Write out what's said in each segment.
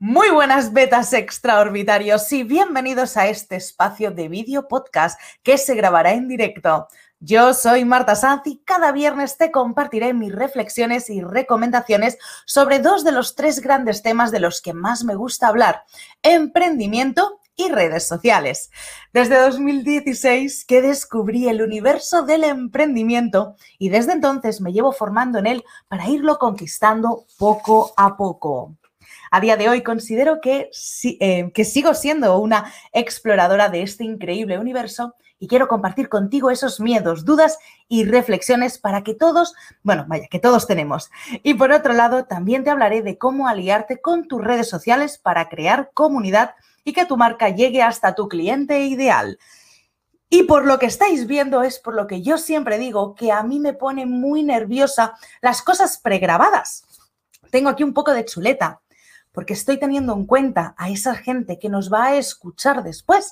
Muy buenas betas extraorbitarios y bienvenidos a este espacio de vídeo podcast que se grabará en directo. Yo soy Marta Sanz y cada viernes te compartiré mis reflexiones y recomendaciones sobre dos de los tres grandes temas de los que más me gusta hablar: emprendimiento y redes sociales. Desde 2016 que descubrí el universo del emprendimiento y desde entonces me llevo formando en él para irlo conquistando poco a poco. A día de hoy considero que sigo siendo una exploradora de este increíble universo y quiero compartir contigo esos miedos, dudas y reflexiones para que todos, que todos tenemos. Y por otro lado, también te hablaré de cómo aliarte con tus redes sociales para crear comunidad y que tu marca llegue hasta tu cliente ideal. Y por lo que estáis viendo es por lo que yo siempre digo que a mí me pone muy nerviosa las cosas pregrabadas. Tengo aquí un poco de chuleta, porque estoy teniendo en cuenta a esa gente que nos va a escuchar después.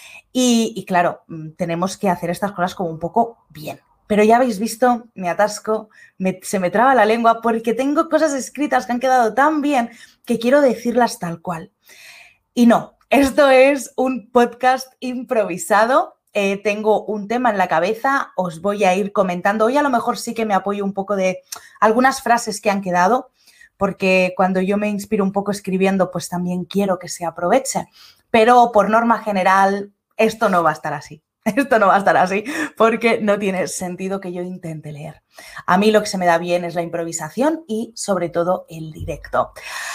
Y claro, tenemos que hacer estas cosas como un poco bien. Pero ya habéis visto, me atasco, se me traba la lengua porque tengo cosas escritas que han quedado tan bien que quiero decirlas tal cual. Y no, esto es un podcast improvisado. Tengo un tema en la cabeza, os voy a ir comentando. Hoy a lo mejor sí que me apoyo un poco de algunas frases que han quedado, porque cuando yo me inspiro un poco escribiendo, pues también quiero que se aproveche. Pero por norma general, esto no va a estar así. Esto no va a estar así porque no tiene sentido que yo intente leer. A mí lo que se me da bien es la improvisación y sobre todo el directo.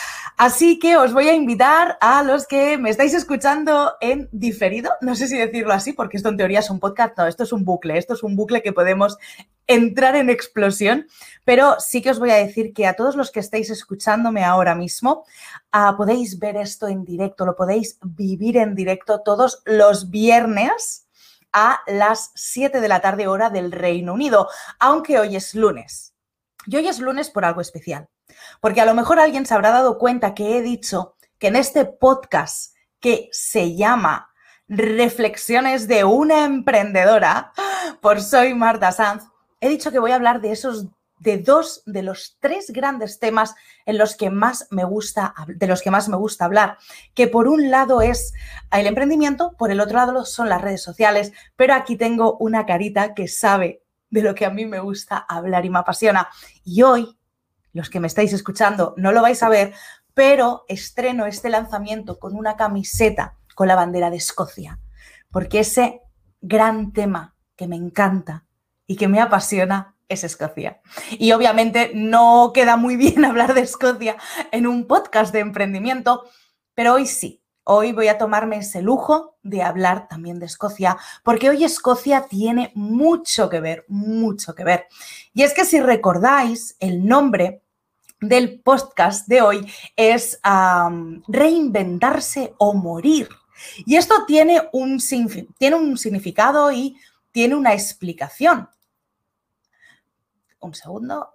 Así que os voy a invitar a los que me estáis escuchando en diferido, no sé si decirlo así, porque esto en teoría es un podcast, no, esto es un bucle que podemos entrar en explosión, pero sí que os voy a decir que a todos los que estáis escuchándome ahora mismo, podéis ver esto en directo, lo podéis vivir en directo todos los viernes a las 7 de la tarde hora del Reino Unido, aunque hoy es lunes. Y hoy es lunes por algo especial. Porque a lo mejor alguien se habrá dado cuenta que he dicho que en este podcast que se llama Reflexiones de una emprendedora, por Soy Marta Sanz, he dicho que voy a hablar de dos de los tres grandes temas de los que más me gusta hablar, que por un lado es el emprendimiento, por el otro lado son las redes sociales, pero aquí tengo una carita que sabe de lo que a mí me gusta hablar y me apasiona. Y hoy, los que me estáis escuchando no lo vais a ver, pero estreno este lanzamiento con una camiseta con la bandera de Escocia, porque ese gran tema que me encanta y que me apasiona es Escocia. Y obviamente no queda muy bien hablar de Escocia en un podcast de emprendimiento, pero hoy sí. Hoy voy a tomarme ese lujo de hablar también de Escocia, porque hoy Escocia tiene mucho que ver, mucho que ver. Y es que si recordáis, el nombre del podcast de hoy es Reinventarse o Morir. Y esto tiene un significado y tiene una explicación. Un segundo.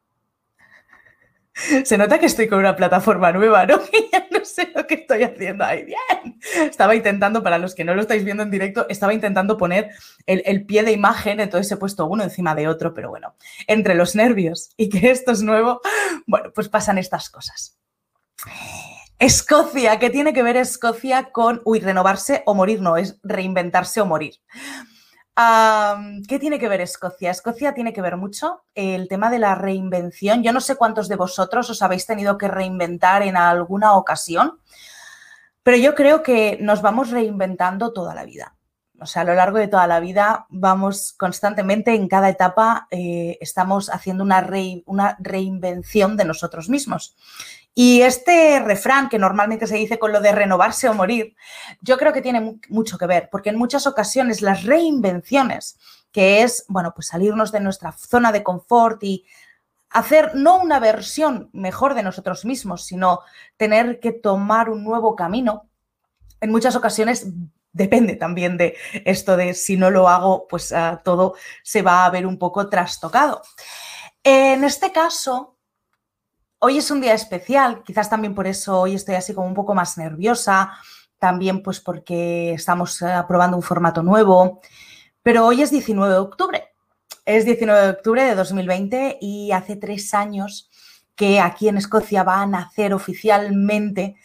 Se nota que estoy con una plataforma nueva, ¿no? Que ya no sé lo que estoy haciendo ahí. Bien. Estaba intentando, para los que no lo estáis viendo en directo, estaba intentando poner el pie de imagen, entonces he puesto uno encima de otro, pero bueno, entre los nervios y que esto es nuevo, bueno, pues pasan estas cosas. Escocia, ¿qué tiene que ver Escocia con, renovarse o morir? No, es reinventarse o morir. ¿Qué tiene que ver Escocia? Escocia tiene que ver mucho el tema de la reinvención. Yo no sé cuántos de vosotros os habéis tenido que reinventar en alguna ocasión, pero yo creo que nos vamos reinventando toda la vida. O sea, a lo largo de toda la vida vamos constantemente, en cada etapa estamos haciendo una reinvención de nosotros mismos. Y este refrán que normalmente se dice con lo de renovarse o morir, yo creo que tiene mucho que ver, porque en muchas ocasiones las reinvenciones, que es, pues salirnos de nuestra zona de confort y hacer no una versión mejor de nosotros mismos, sino tener que tomar un nuevo camino, en muchas ocasiones depende también de esto de si no lo hago, pues todo se va a ver un poco trastocado. En este caso, hoy es un día especial, quizás también por eso hoy estoy así como un poco más nerviosa, también pues porque estamos probando un formato nuevo, pero hoy es 19 de octubre. Es 19 de octubre de 2020 y hace 3 años que aquí en Escocia va a nacer oficialmente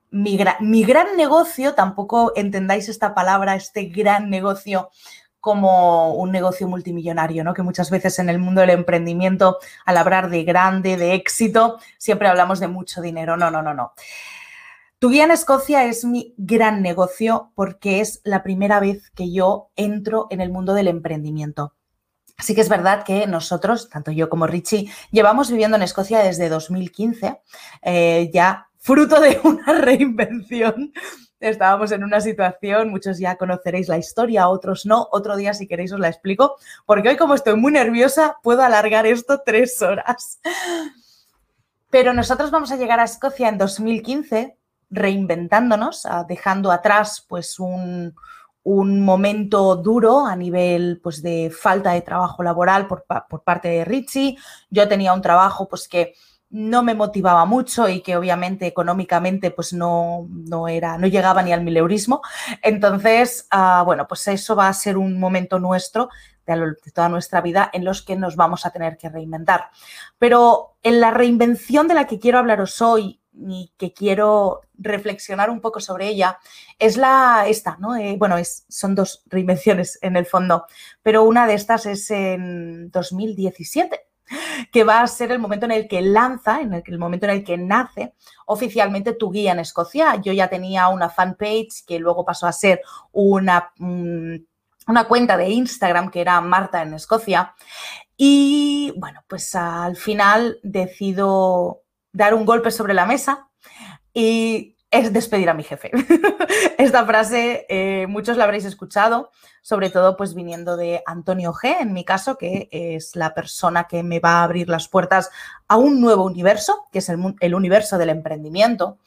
mi gran negocio, tampoco entendáis esta palabra, este gran negocio, como un negocio multimillonario, ¿no? Que muchas veces en el mundo del emprendimiento, al hablar de grande, de éxito, siempre hablamos de mucho dinero. No, no, no, no. Tu Guía en Escocia es mi gran negocio porque es la primera vez que yo entro en el mundo del emprendimiento. Así que es verdad que nosotros, tanto yo como Richie, llevamos viviendo en Escocia desde 2015, ya fruto de una reinvención. Estábamos en una situación, muchos ya conoceréis la historia, otros no. Otro día, si queréis, os la explico, porque hoy, como estoy muy nerviosa, puedo alargar esto 3 horas. Pero nosotros vamos a llegar a Escocia en 2015, reinventándonos, dejando atrás pues un momento duro a nivel pues, de falta de trabajo laboral por parte de Richie. Yo tenía un trabajo pues, que no me motivaba mucho y que obviamente económicamente pues, no llegaba ni al mileurismo. Entonces, bueno, pues eso va a ser un momento nuestro de toda nuestra vida en los que nos vamos a tener que reinventar. Pero en la reinvención de la que quiero hablaros hoy y que quiero reflexionar un poco sobre ella es esta, ¿no? Bueno, son 2 reinvenciones en el fondo, pero una de estas es en 2017, que va a ser el momento en el que el momento en el que nace oficialmente Tu Guía en Escocia. Yo ya tenía una fanpage que luego pasó a ser una cuenta de Instagram que era Marta en Escocia. Y bueno, pues al final decido dar un golpe sobre la mesa y es despedir a mi jefe. Esta frase muchos la habréis escuchado, sobre todo pues viniendo de Antonio G, en mi caso, que es la persona que me va a abrir las puertas a un nuevo universo, que es el universo del emprendimiento.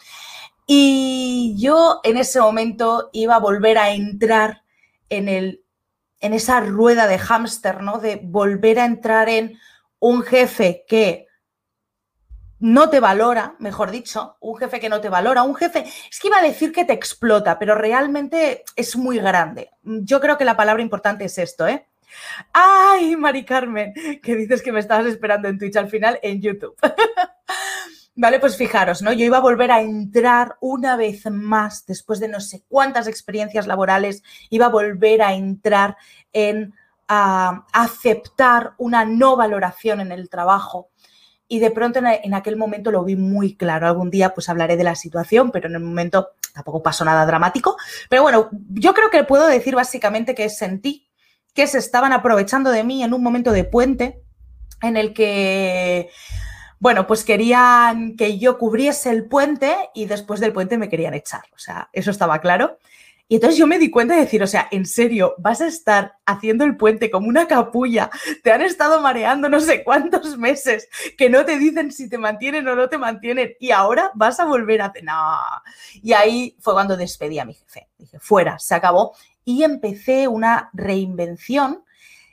Y yo en ese momento iba a volver a entrar en esa rueda de hámster, ¿no? De volver a entrar en un jefe que no te valora, mejor dicho, un jefe que no te valora, un jefe, es que iba a decir que te explota, pero realmente es muy grande. Yo creo que la palabra importante es esto, ¿eh? ¡Ay, Mari Carmen! Que dices que me estabas esperando en Twitch, al final en YouTube. Vale, pues fijaros, ¿no? Yo iba a volver a entrar una vez más, después de no sé cuántas experiencias laborales, iba a volver a entrar en aceptar una no valoración en el trabajo. Y de pronto en aquel momento lo vi muy claro. Algún día pues hablaré de la situación, pero en el momento tampoco pasó nada dramático. Pero bueno, yo creo que puedo decir básicamente que sentí que se estaban aprovechando de mí en un momento de puente en el que, bueno, pues querían que yo cubriese el puente y después del puente me querían echar. O sea, eso estaba claro. Y entonces yo me di cuenta de decir, o sea, en serio, vas a estar haciendo el puente como una capulla, te han estado mareando no sé cuántos meses, que no te dicen si te mantienen o no te mantienen, y ahora vas a volver a hacer... No. Y ahí fue cuando despedí a mi jefe. Dije, fuera, se acabó. Y empecé una reinvención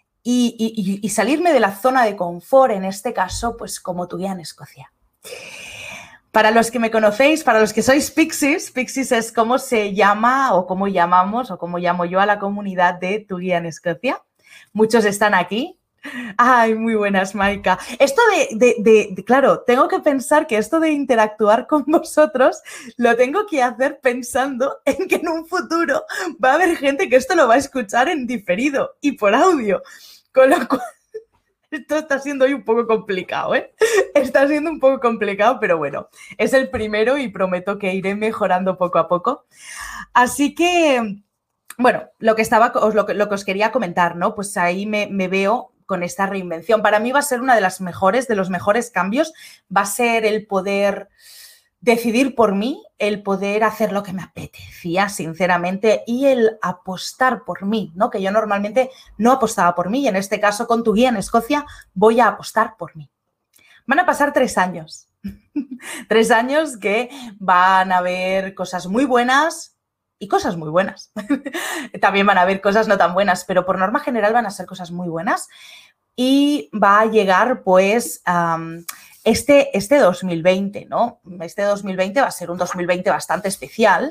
y salirme de la zona de confort, en este caso, pues como Tu Guía en Escocia. Para los que me conocéis, para los que sois Pixies, Pixies es como se llama o cómo llamamos o cómo llamo yo a la comunidad de Tu Guía en Escocia. Muchos están aquí. Ay, muy buenas, Maika. Esto claro, tengo que pensar que esto de interactuar con vosotros lo tengo que hacer pensando en que en un futuro va a haber gente que esto lo va a escuchar en diferido y por audio. Con lo cual, esto está siendo hoy un poco complicado, ¿eh? Está siendo un poco complicado, pero bueno, es el primero y prometo que iré mejorando poco a poco. Así que, bueno, lo que os quería comentar, ¿no? Pues ahí me veo con esta reinvención. Para mí va a ser una de los mejores cambios, va a ser el poder decidir por mí, el poder hacer lo que me apetecía, sinceramente, y el apostar por mí, ¿no? Que yo normalmente no apostaba por mí y en este caso con Tu Guía en Escocia voy a apostar por mí. Van a pasar 3 años. 3 años que van a haber cosas muy buenas y cosas muy buenas. También van a haber cosas no tan buenas, pero por norma general van a ser cosas muy buenas. Y va a llegar, pues, este 2020, ¿no? Este 2020 va a ser un 2020 bastante especial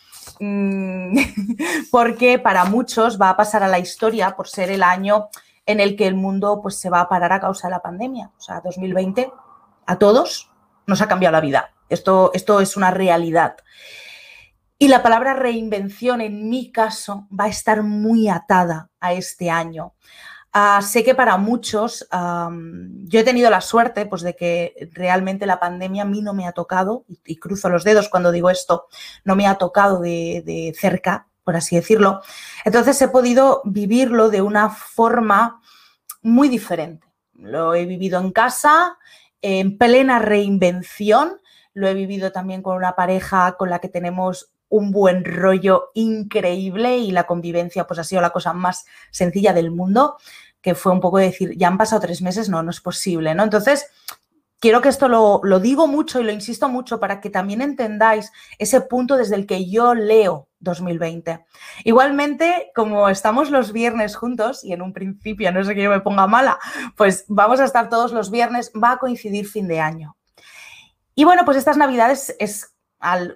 porque para muchos va a pasar a la historia por ser el año en el que el mundo pues, se va a parar a causa de la pandemia. O sea, 2020 a todos nos ha cambiado la vida. Esto es una realidad. Y la palabra reinvención, en mi caso, va a estar muy atada a este año. Sé que para muchos, yo he tenido la suerte pues, de que realmente la pandemia a mí no me ha tocado, y cruzo los dedos cuando digo esto, no me ha tocado de cerca, por así decirlo. Entonces he podido vivirlo de una forma muy diferente. Lo he vivido en casa, en plena reinvención. Lo he vivido también con una pareja con la que tenemos un buen rollo increíble y la convivencia pues ha sido la cosa más sencilla del mundo, que fue un poco de decir, ya han pasado 3 meses, no es posible, ¿no? Entonces, quiero que esto lo digo mucho y lo insisto mucho para que también entendáis ese punto desde el que yo leo 2020. Igualmente, como estamos los viernes juntos, y en un principio, no sé que yo me ponga mala, pues vamos a estar todos los viernes, va a coincidir fin de año. Y bueno, pues estas Navidades es al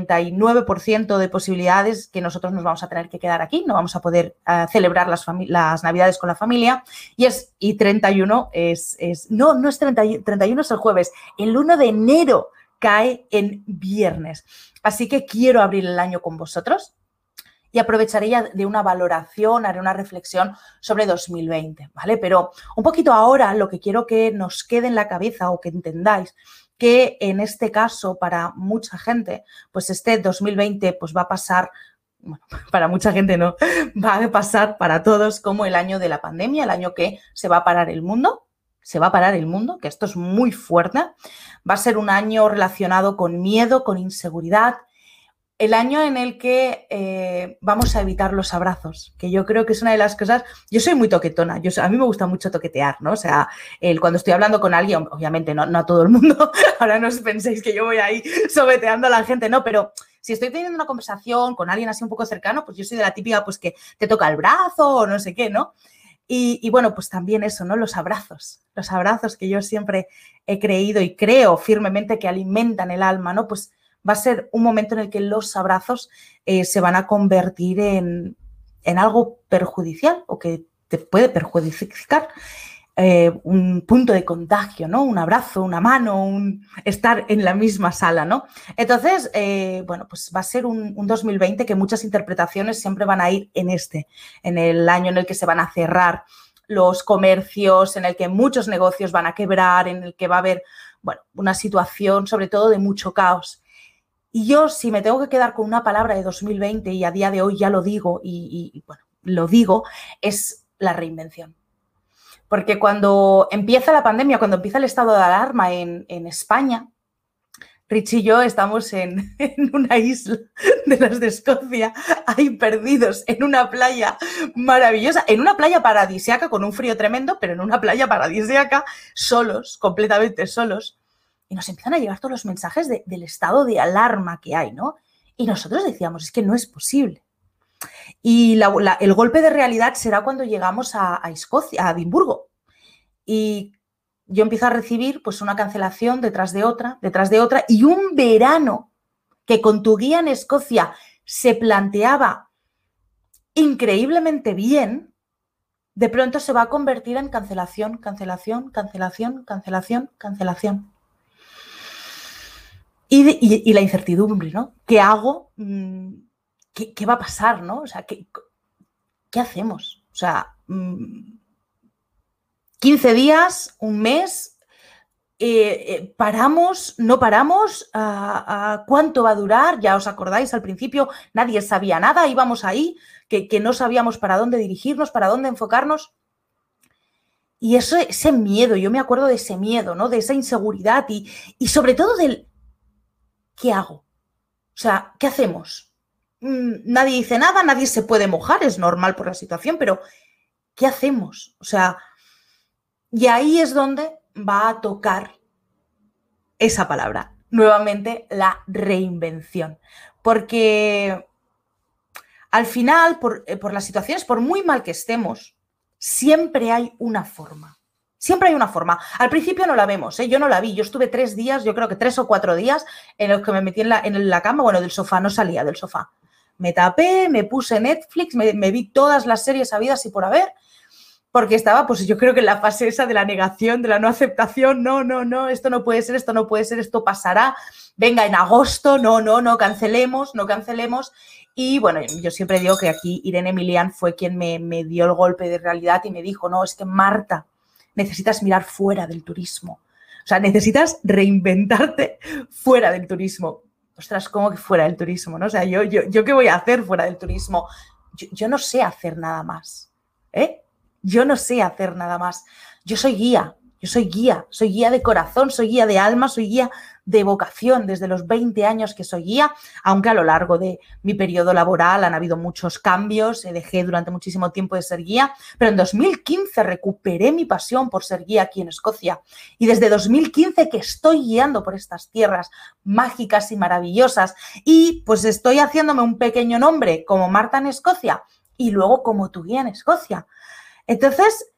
99% de posibilidades que nosotros nos vamos a tener que quedar aquí, no vamos a poder celebrar las Navidades con la familia, y 31 no es 31 es el jueves, el 1 de enero cae en viernes. Así que quiero abrir el año con vosotros y aprovecharé ya de una valoración, haré una reflexión sobre 2020, ¿vale? Pero un poquito ahora lo que quiero que nos quede en la cabeza o que entendáis que en este caso para mucha gente, pues este 2020 pues va a pasar, bueno, para mucha gente no, va a pasar para todos como el año de la pandemia, el año que se va a parar el mundo, que esto es muy fuerte, va a ser un año relacionado con miedo, con inseguridad, el año en el que vamos a evitar los abrazos, que yo creo que es una de las cosas. Yo soy muy toquetona, a mí me gusta mucho toquetear, ¿no? O sea, cuando estoy hablando con alguien, obviamente no a todo el mundo, ahora no os penséis que yo voy ahí sobeteando a la gente, no, pero si estoy teniendo una conversación con alguien así un poco cercano, pues yo soy de la típica pues que te toca el brazo o no sé qué, ¿no? Y bueno, pues también eso, ¿no? Los abrazos que yo siempre he creído y creo firmemente que alimentan el alma, ¿no? Pues va a ser un momento en el que los abrazos se van a convertir en algo perjudicial o que te puede perjudicar. Un punto de contagio, ¿no? Un abrazo, una mano, estar en la misma sala, ¿no? Entonces, bueno, pues va a ser un 2020 que muchas interpretaciones siempre van a ir en el año en el que se van a cerrar los comercios, en el que muchos negocios van a quebrar, en el que va a haber, bueno, una situación sobre todo de mucho caos. Y yo, si me tengo que quedar con una palabra de 2020, y a día de hoy ya lo digo, y bueno, lo digo, es la reinvención. Porque cuando empieza la pandemia, cuando empieza el estado de alarma en España, Rich y yo estamos en una isla de las de Escocia, ahí perdidos, en una playa maravillosa, en una playa paradisíaca, con un frío tremendo, pero en una playa paradisíaca, solos, completamente solos. Y nos empiezan a llegar todos los mensajes del estado de alarma que hay, ¿no? Y nosotros decíamos, es que no es posible. Y el golpe de realidad será cuando llegamos a Escocia, a Edimburgo. Y yo empiezo a recibir pues una cancelación detrás de otra, y un verano que con tu guía en Escocia se planteaba increíblemente bien, de pronto se va a convertir en cancelación, cancelación, cancelación, cancelación, cancelación. Y la incertidumbre, ¿no? ¿Qué hago? ¿Qué va a pasar, no? O sea, ¿qué hacemos? O sea, 15 días, un mes, ¿paramos? ¿No paramos? ¿Cuánto va a durar? Ya os acordáis, al principio nadie sabía nada, íbamos ahí, que no sabíamos para dónde dirigirnos, para dónde enfocarnos. Y ese miedo, yo me acuerdo de ese miedo, ¿no? De esa inseguridad y sobre todo del ¿qué hago? O sea, ¿qué hacemos? Nadie dice nada, nadie se puede mojar, es normal por la situación, pero ¿qué hacemos? O sea, y ahí es donde va a tocar esa palabra, nuevamente la reinvención. Porque al final, por las situaciones, por muy mal que estemos, siempre hay una forma. Siempre hay una forma. Al principio no la vemos, yo no la vi. Yo estuve 3 días, yo creo que 3 o 4 días en los que me metí en la cama, bueno, del sofá, no salía del sofá. Me tapé, me puse Netflix, me vi todas las series habidas y por haber. porque estaba, pues yo creo que en la fase esa de la negación, de la no aceptación, no, esto no puede ser, esto pasará, venga, en agosto, no cancelemos. Y bueno, yo siempre digo que aquí Irene Milian fue quien me dio el golpe de realidad y me dijo, no, es que Marta, necesitas mirar fuera del turismo. O sea, necesitas reinventarte fuera del turismo. Ostras, ¿cómo que fuera del turismo? ¿No? O sea, ¿yo qué voy a hacer fuera del turismo? Yo no sé hacer nada más, ¿eh? Yo no sé hacer nada más. Yo soy guía de corazón, soy guía de alma, soy guía de vocación. Desde los 20 años que soy guía, aunque a lo largo de mi periodo laboral han habido muchos cambios, dejé durante muchísimo tiempo de ser guía, pero en 2015 recuperé mi pasión por ser guía aquí en Escocia. Y desde 2015 que estoy guiando por estas tierras mágicas y maravillosas y pues estoy haciéndome un pequeño nombre como Marta en Escocia y luego como tu guía en Escocia. Entonces,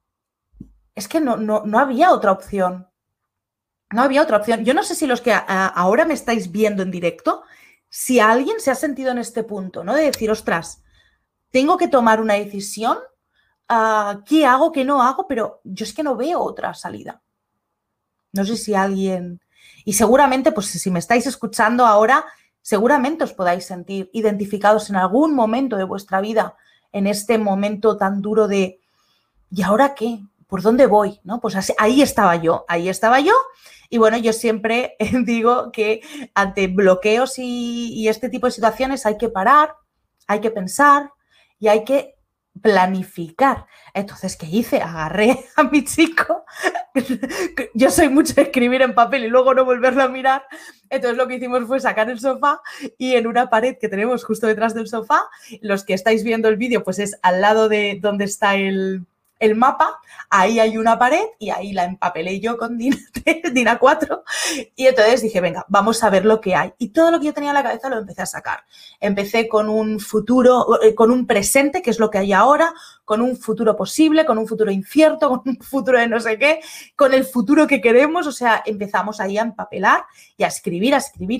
es que no había otra opción. No había otra opción. Yo no sé si los que ahora me estáis viendo en directo, si alguien se ha sentido en este punto, ¿no? De decir, ostras, tengo que tomar una decisión, ¿qué hago, qué no hago? Pero yo es que no veo otra salida. No sé si alguien... Y seguramente, pues si me estáis escuchando ahora, seguramente os podáis sentir identificados en algún momento de vuestra vida, en este momento tan duro de ¿y ahora qué? ¿Por dónde voy? ¿No? Pues así, ahí estaba yo. Y bueno, yo siempre digo que ante bloqueos y este tipo de situaciones hay que parar, hay que pensar y hay que planificar. Entonces, ¿qué hice? Agarré a mi chico. Yo soy mucho de escribir en papel y luego no volverlo a mirar. Entonces lo que hicimos fue sacar el sofá y en una pared que tenemos justo detrás del sofá, los que estáis viendo el vídeo, pues es al lado de donde está el mapa, ahí hay una pared y ahí la empapelé yo con DIN A4 y entonces dije, venga, vamos a ver lo que hay. Y todo lo que yo tenía en la cabeza lo empecé a sacar. Empecé con un futuro, con un presente, que es lo que hay ahora, con un futuro posible, con un futuro incierto, con un futuro de no sé qué, con el futuro que queremos. O sea, empezamos ahí a empapelar y a escribir.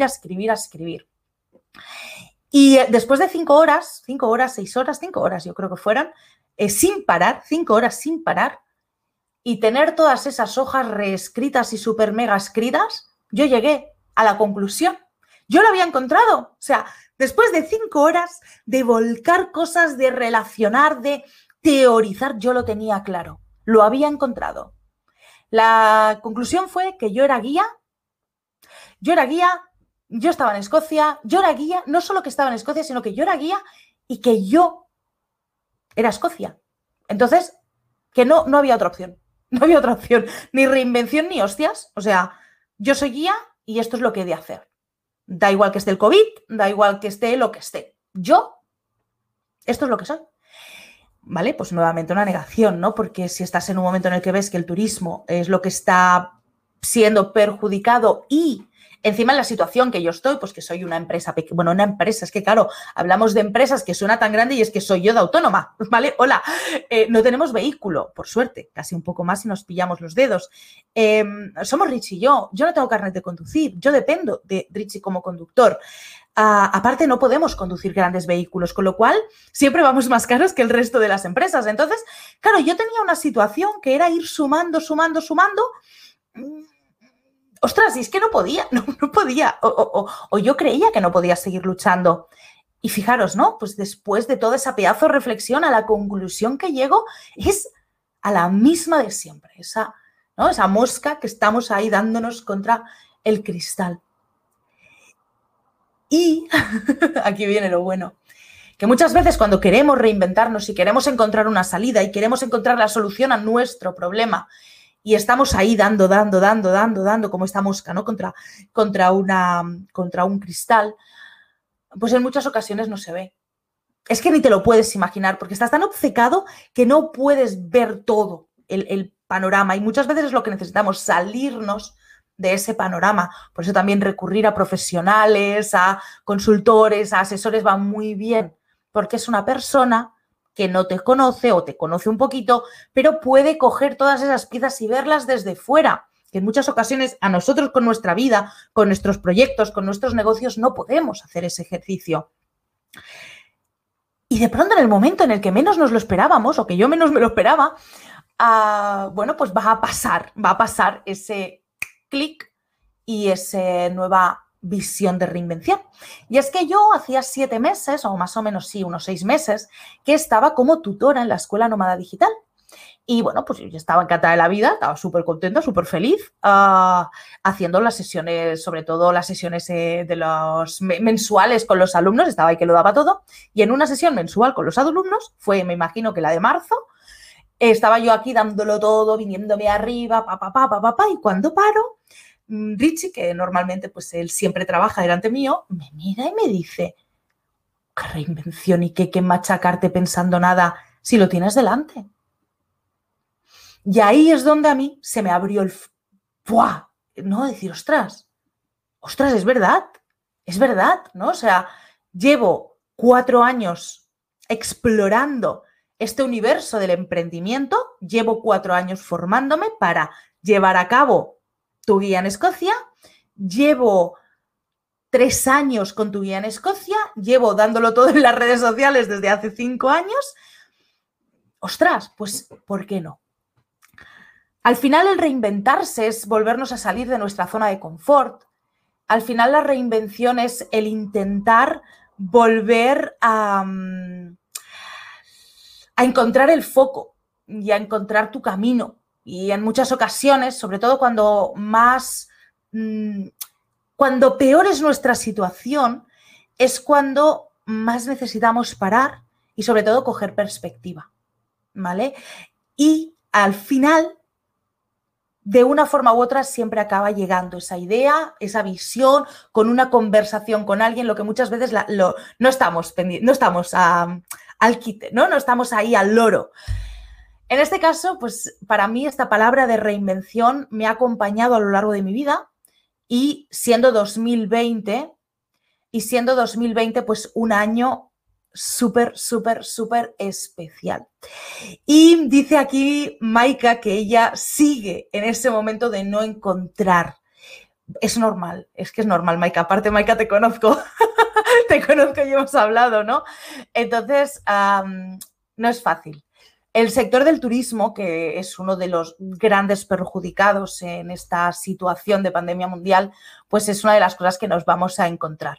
Y después de 5 horas, 6 horas yo creo que fueron, sin parar, 5 horas sin parar, y tener todas esas hojas reescritas y súper mega escritas, yo llegué a la conclusión. Yo lo había encontrado. O sea, después de 5 horas de volcar cosas, de relacionar, de teorizar, yo lo tenía claro. Lo había encontrado. La conclusión fue que yo era guía, yo estaba en Escocia, yo era guía, no solo que estaba en Escocia, sino que yo era guía y que yo era Escocia. Entonces, que no había otra opción. No había otra opción. Ni reinvención ni hostias. O sea, yo soy guía y esto es lo que he de hacer. Da igual que esté el COVID, da igual que esté lo que esté. Esto es lo que soy. ¿Vale? Pues nuevamente una negación, ¿no? Porque si estás en un momento en el que ves que el turismo es lo que está siendo perjudicado y encima en la situación que yo estoy, pues que soy una empresa, bueno, una empresa, es que claro, hablamos de empresas que suena tan grande y es que soy yo de autónoma, ¿vale? Hola, no tenemos vehículo, por suerte, casi un poco más y nos pillamos los dedos. Somos Rich y yo no tengo carnet de conducir, yo dependo de Richie como conductor. Aparte, no podemos conducir grandes vehículos, con lo cual siempre vamos más caros que el resto de las empresas. Entonces, claro, yo tenía una situación que era ir sumando. Ostras, y es que no podía, no podía, o yo creía que no podía seguir luchando. Y fijaros, ¿no? Pues después de toda esa pedazo de reflexión, a la conclusión que llego es a la misma de siempre, esa mosca que estamos ahí dándonos contra el cristal. Y aquí viene lo bueno, que muchas veces cuando queremos reinventarnos y queremos encontrar una salida y queremos encontrar la solución a nuestro problema, y estamos ahí dando como esta mosca, ¿no? Contra un cristal, pues en muchas ocasiones no se ve. Es que ni te lo puedes imaginar porque estás tan obcecado que no puedes ver todo el panorama y muchas veces es lo que necesitamos, salirnos de ese panorama. Por eso también recurrir a profesionales, a consultores, a asesores va muy bien porque es una persona que no te conoce o te conoce un poquito, pero puede coger todas esas piezas y verlas desde fuera, que en muchas ocasiones a nosotros con nuestra vida, con nuestros proyectos, con nuestros negocios, no podemos hacer ese ejercicio. Y de pronto, en el momento en el que menos nos lo esperábamos, o que yo menos me lo esperaba, bueno, pues va a pasar ese clic y esa nueva visión de reinvención. Y es que yo hacía 7 meses, o más o menos sí, unos 6 meses, que estaba como tutora en la Escuela Nómada Digital. Y bueno, pues yo estaba encantada de la vida, estaba súper contenta, súper feliz, haciendo las sesiones, sobre todo las sesiones de los mensuales con los alumnos, estaba ahí que lo daba todo. Y en una sesión mensual con los alumnos, fue, me imagino que la de marzo, estaba yo aquí dándolo todo, viniéndome arriba, y cuando paro, Richie, que normalmente pues él siempre trabaja delante mío, me mira y me dice, ¿qué reinvención y qué machacarte pensando nada si lo tienes delante? Y ahí es donde a mí se me abrió el... ¡Buah! No, decir, ostras, es verdad, ¿no? O sea, llevo 4 años explorando este universo del emprendimiento, llevo 4 años formándome para llevar a cabo Tu Guía en Escocia, llevo 3 años con Tu Guía en Escocia, llevo dándolo todo en las redes sociales desde hace 5 años. Ostras, pues, ¿por qué no? Al final el reinventarse es volvernos a salir de nuestra zona de confort. Al final la reinvención es el intentar volver a encontrar el foco y a encontrar tu camino. Y en muchas ocasiones, sobre todo cuando peor es nuestra situación, es cuando más necesitamos parar y sobre todo coger perspectiva, ¿vale? Y al final, de una forma u otra, siempre acaba llegando esa idea, esa visión, con una conversación con alguien, lo que muchas veces no estamos al quite, ¿no? No estamos ahí al loro. En este caso, pues para mí esta palabra de reinvención me ha acompañado a lo largo de mi vida y siendo 2020 pues un año súper especial. Y dice aquí Maika que ella sigue en ese momento de no encontrar. Es normal, es que es normal, Maika. Aparte, Maika, te conozco, te conozco y hemos hablado, ¿no? Entonces, no es fácil. El sector del turismo, que es uno de los grandes perjudicados en esta situación de pandemia mundial, pues es una de las cosas que nos vamos a encontrar.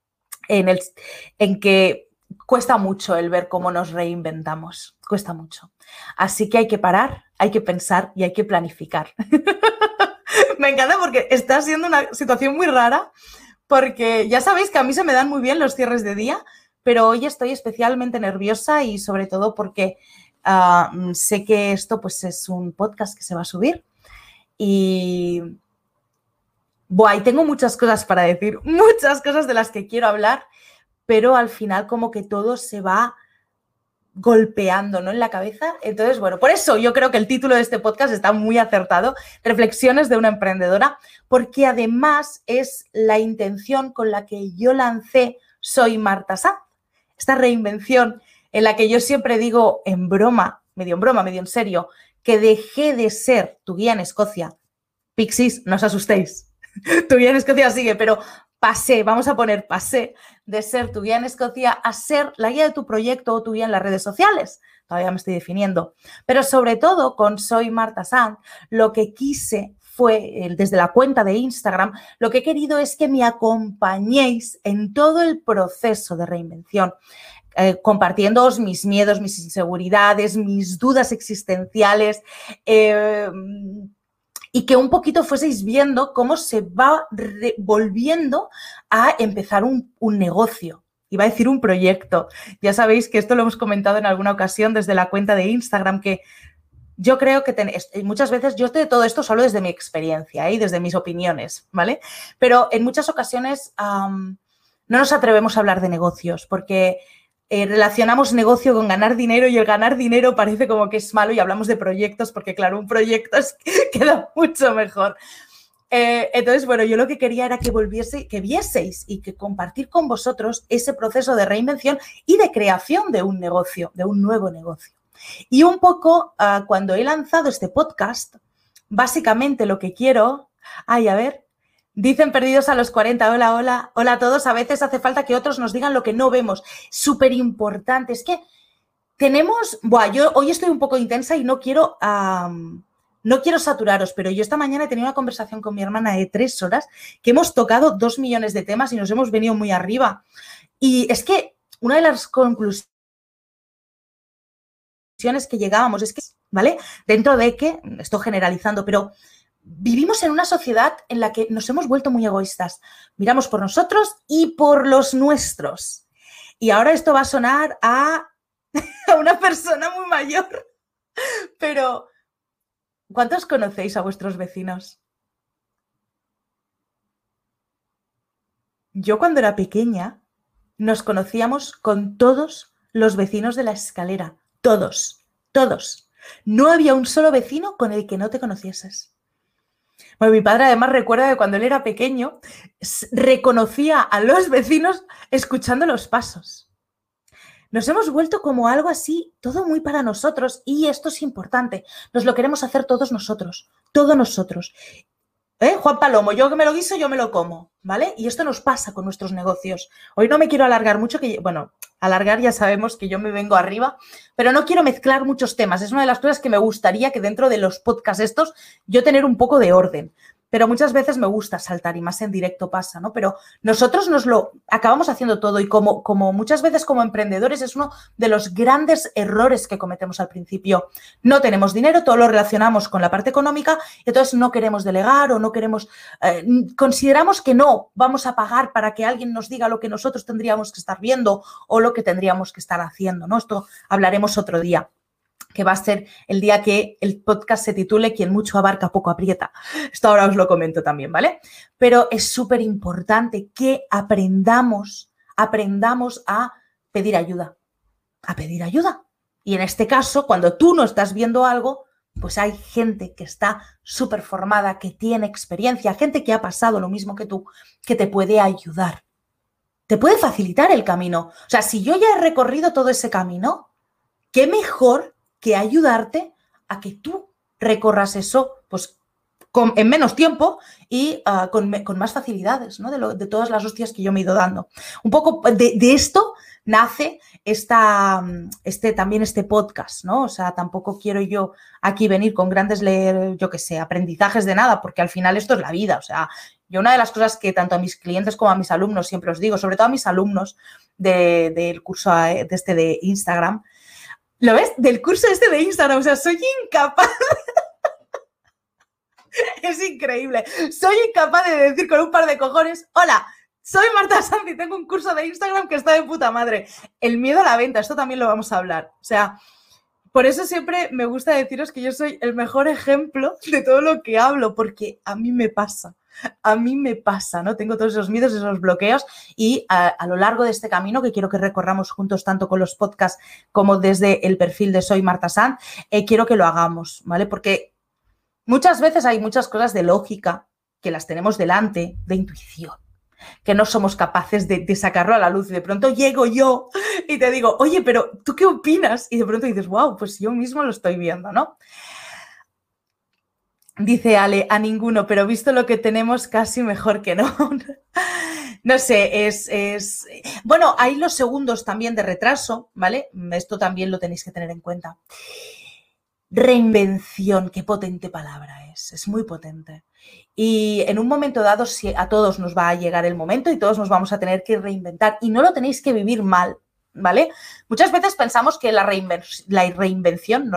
En que cuesta mucho el ver cómo nos reinventamos, cuesta mucho. Así que hay que parar, hay que pensar y hay que planificar. Me encanta porque está siendo una situación muy rara, porque ya sabéis que a mí se me dan muy bien los cierres de día, pero hoy estoy especialmente nerviosa y sobre todo porque sé que esto pues es un podcast que se va a subir y tengo muchas cosas para decir, muchas cosas de las que quiero hablar, pero al final como que todo se va golpeando, ¿no?, en la cabeza. Entonces, bueno, por eso yo creo que el título de este podcast está muy acertado, Reflexiones de una emprendedora, porque además es la intención con la que yo lancé Soy Marta Sanz, esta reinvención en la que yo siempre digo en broma, medio en serio, que dejé de ser Tu Guía en Escocia. Pixies, no os asustéis, Tu Guía en Escocia sigue, pero pasé de ser Tu Guía en Escocia a ser la guía de tu proyecto o tu guía en las redes sociales. Todavía me estoy definiendo. Pero sobre todo con Soy Marta Sanz, lo que quise fue, desde la cuenta de Instagram, lo que he querido es que me acompañéis en todo el proceso de reinvención, compartiéndoos mis miedos, mis inseguridades, mis dudas existenciales, y que un poquito fueseis viendo cómo se va volviendo a empezar un negocio. Iba a decir un proyecto. Ya sabéis que esto lo hemos comentado en alguna ocasión desde la cuenta de Instagram, que yo creo que muchas veces yo de todo esto solo desde mi experiencia y desde mis opiniones, ¿vale? Pero en muchas ocasiones no nos atrevemos a hablar de negocios porque relacionamos negocio con ganar dinero y el ganar dinero parece como que es malo y hablamos de proyectos porque, claro, un proyecto queda mucho mejor. Entonces, bueno, yo lo que quería era que vieseis y que compartir con vosotros ese proceso de reinvención y de creación de un negocio, de un nuevo negocio. Y un poco cuando he lanzado este podcast, básicamente lo que quiero... a ver, Dicen perdidos a los 40. Hola, hola. Hola a todos. A veces hace falta que otros nos digan lo que no vemos. Súper importante. Es que tenemos... Buah, yo hoy estoy un poco intensa y no quiero saturaros, pero yo esta mañana he tenido una conversación con mi hermana de 3 horas que hemos tocado 2 millones de temas y nos hemos venido muy arriba. Y es que una de las conclusiones que llegábamos es que, ¿vale? Dentro de que, estoy generalizando, pero vivimos en una sociedad en la que nos hemos vuelto muy egoístas. Miramos por nosotros y por los nuestros. Y ahora esto va a sonar a una persona muy mayor. Pero, ¿cuántos conocéis a vuestros vecinos? Yo cuando era pequeña nos conocíamos con todos los vecinos de la escalera. Todos, todos. No había un solo vecino con el que no te conocieses. Bueno, mi padre además recuerda que cuando él era pequeño reconocía a los vecinos escuchando los pasos. Nos hemos vuelto como algo así, todo muy para nosotros, y esto es importante. Nos lo queremos hacer todos nosotros. Juan Palomo, yo que me lo guiso, yo me lo como, ¿vale? Y esto nos pasa con nuestros negocios. Hoy no me quiero alargar mucho, alargar ya sabemos que yo me vengo arriba, pero no quiero mezclar muchos temas. Es una de las cosas que me gustaría que dentro de los podcasts estos yo tener un poco de orden. Pero muchas veces me gusta saltar y más en directo pasa, ¿no? Pero nosotros nos lo acabamos haciendo todo y como muchas veces como emprendedores es uno de los grandes errores que cometemos al principio. No tenemos dinero, todo lo relacionamos con la parte económica y entonces no queremos delegar o no queremos, consideramos que no vamos a pagar para que alguien nos diga lo que nosotros tendríamos que estar viendo o lo que tendríamos que estar haciendo, ¿no? Esto hablaremos otro día, que va a ser el día que el podcast se titule Quien mucho abarca, poco aprieta. Esto ahora os lo comento también, ¿vale? Pero es súper importante que aprendamos a pedir ayuda. Y en este caso, cuando tú no estás viendo algo, pues hay gente que está súper formada, que tiene experiencia, gente que ha pasado lo mismo que tú, que te puede ayudar. Te puede facilitar el camino. O sea, si yo ya he recorrido todo ese camino, qué mejor que ayudarte a que tú recorras eso pues, en menos tiempo y con más facilidades, ¿no? De todas las hostias que yo me he ido dando. Un poco de esto nace también este podcast, ¿no? O sea, tampoco quiero yo aquí venir con grandes, aprendizajes de nada, porque al final esto es la vida. O sea, yo una de las cosas que tanto a mis clientes como a mis alumnos siempre os digo, sobre todo a mis alumnos del curso de Instagram, ¿lo ves? Del curso de Instagram, o sea, soy incapaz. Es increíble. Soy incapaz de decir con un par de cojones, hola, soy Marta Sanz y tengo un curso de Instagram que está de puta madre. El miedo a la venta, esto también lo vamos a hablar. O sea, por eso siempre me gusta deciros que yo soy el mejor ejemplo de todo lo que hablo, porque a mí me pasa. ¿No? Tengo todos esos miedos, esos bloqueos y a lo largo de este camino que quiero que recorramos juntos tanto con los podcasts como desde el perfil de Soy Marta Sanz, quiero que lo hagamos, ¿vale? Porque muchas veces hay muchas cosas de lógica que las tenemos delante, de intuición, que no somos capaces de sacarlo a la luz. Y de pronto llego yo y te digo, oye, pero ¿tú qué opinas? Y de pronto dices, wow, pues yo mismo lo estoy viendo, ¿no? Dice Ale, a ninguno, pero visto lo que tenemos, casi mejor que no. No sé, Bueno, hay los segundos también de retraso, ¿vale? Esto también lo tenéis que tener en cuenta. Reinvención, qué potente palabra es muy potente. Y en un momento dado, a todos nos va a llegar el momento y todos nos vamos a tener que reinventar y no lo tenéis que vivir mal, ¿vale? Muchas veces pensamos que la reinvención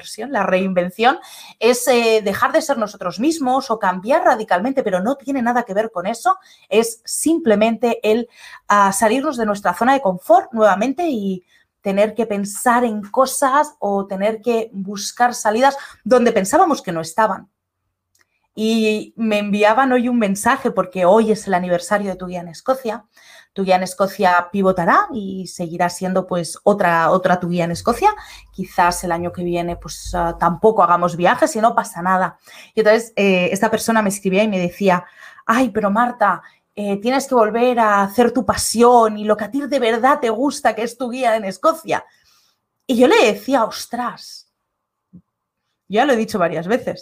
es dejar de ser nosotros mismos o cambiar radicalmente, pero no tiene nada que ver con eso. Es simplemente el salirnos de nuestra zona de confort nuevamente y tener que pensar en cosas o tener que buscar salidas donde pensábamos que no estaban. Y me enviaban hoy un mensaje porque hoy es el aniversario de Tu Guía en Escocia. Tu Guía en Escocia pivotará y seguirá siendo pues otra Tu Guía en Escocia. Quizás el año que viene pues tampoco hagamos viajes y no pasa nada. Y entonces esta persona me escribía y me decía, ay, pero Marta, tienes que volver a hacer tu pasión y lo que a ti de verdad te gusta, que es Tu Guía en Escocia. Y yo le decía, ostras, ya lo he dicho varias veces,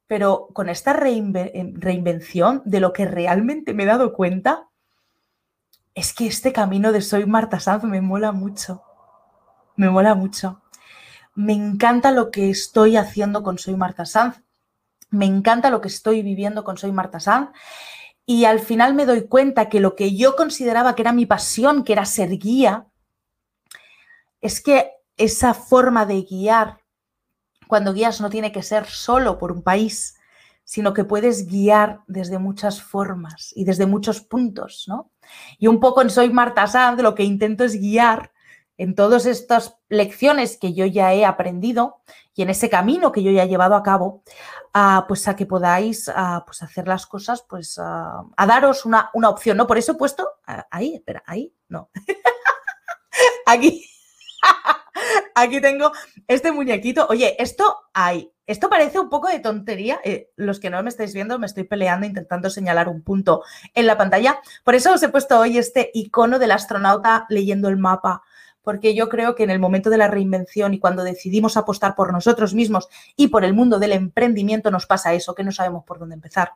pero con esta reinvención de lo que realmente me he dado cuenta es que este camino de Soy Marta Sanz me mola mucho. Me mola mucho. Me encanta lo que estoy haciendo con Soy Marta Sanz. Me encanta lo que estoy viviendo con Soy Marta Sanz. Y al final me doy cuenta que lo que yo consideraba que era mi pasión, que era ser guía, es que esa forma de guiar, cuando guías no tiene que ser solo por un país, sino que puedes guiar desde muchas formas y desde muchos puntos, ¿no? Y un poco en Soy Marta Sanz lo que intento es guiar en todas estas lecciones que yo ya he aprendido y en ese camino que yo ya he llevado a cabo, pues a que podáis pues hacer las cosas, pues a daros una opción, ¿no? Por eso he puesto, ahí, espera, ahí, no, aquí. Aquí tengo este muñequito. Oye, esto parece un poco de tontería. Los que no me estáis viendo, me estoy peleando intentando señalar un punto en la pantalla. Por eso os he puesto hoy este icono del astronauta leyendo el mapa, porque yo creo que en el momento de la reinvención y cuando decidimos apostar por nosotros mismos y por el mundo del emprendimiento nos pasa eso, que no sabemos por dónde empezar.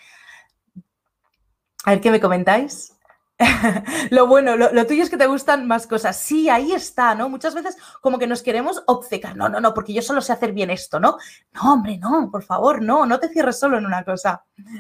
A ver, ¿qué me comentáis? Lo bueno, lo tuyo es que te gustan más cosas. Sí, ahí está, ¿no? Muchas veces como que nos queremos obcecar. No, porque yo solo sé hacer bien esto, ¿no? No, hombre, no, por favor, no te cierres solo en una cosa.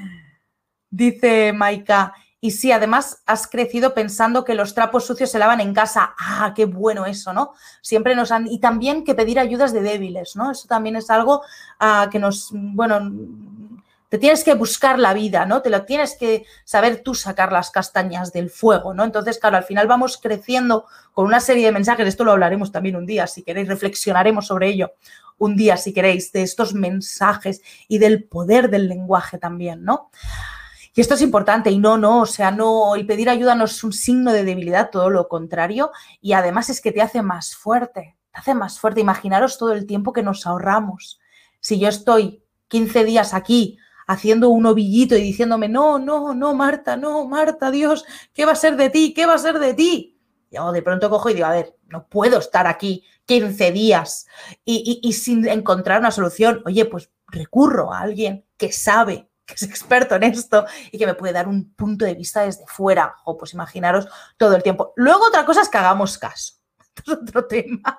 Dice Maika, y sí, además has crecido pensando que los trapos sucios se lavan en casa. Ah, qué bueno eso, ¿no? Siempre nos han... Y también que pedir ayudas de débiles, ¿no? Eso también es algo que nos... Bueno... Te tienes que buscar la vida, ¿no? Te lo tienes que saber tú sacar las castañas del fuego, ¿no? Entonces, claro, al final vamos creciendo con una serie de mensajes. Esto lo hablaremos también un día, si queréis, reflexionaremos sobre ello un día, si queréis, de estos mensajes y del poder del lenguaje también, ¿no? Y esto es importante y o sea, no, el pedir ayuda no es un signo de debilidad, todo lo contrario, y además es que te hace más fuerte, Imaginaros todo el tiempo que nos ahorramos. Si yo estoy 15 días aquí haciendo un ovillito y diciéndome, no, Marta, Dios, ¿qué va a ser de ti? ¿Qué va a ser de ti? Y yo de pronto cojo y digo, a ver, no puedo estar aquí 15 días y sin encontrar una solución. Oye, pues recurro a alguien que sabe, que es experto en esto y que me puede dar un punto de vista desde fuera. O pues imaginaros todo el tiempo. Luego otra cosa es que hagamos caso. Esto es otro tema.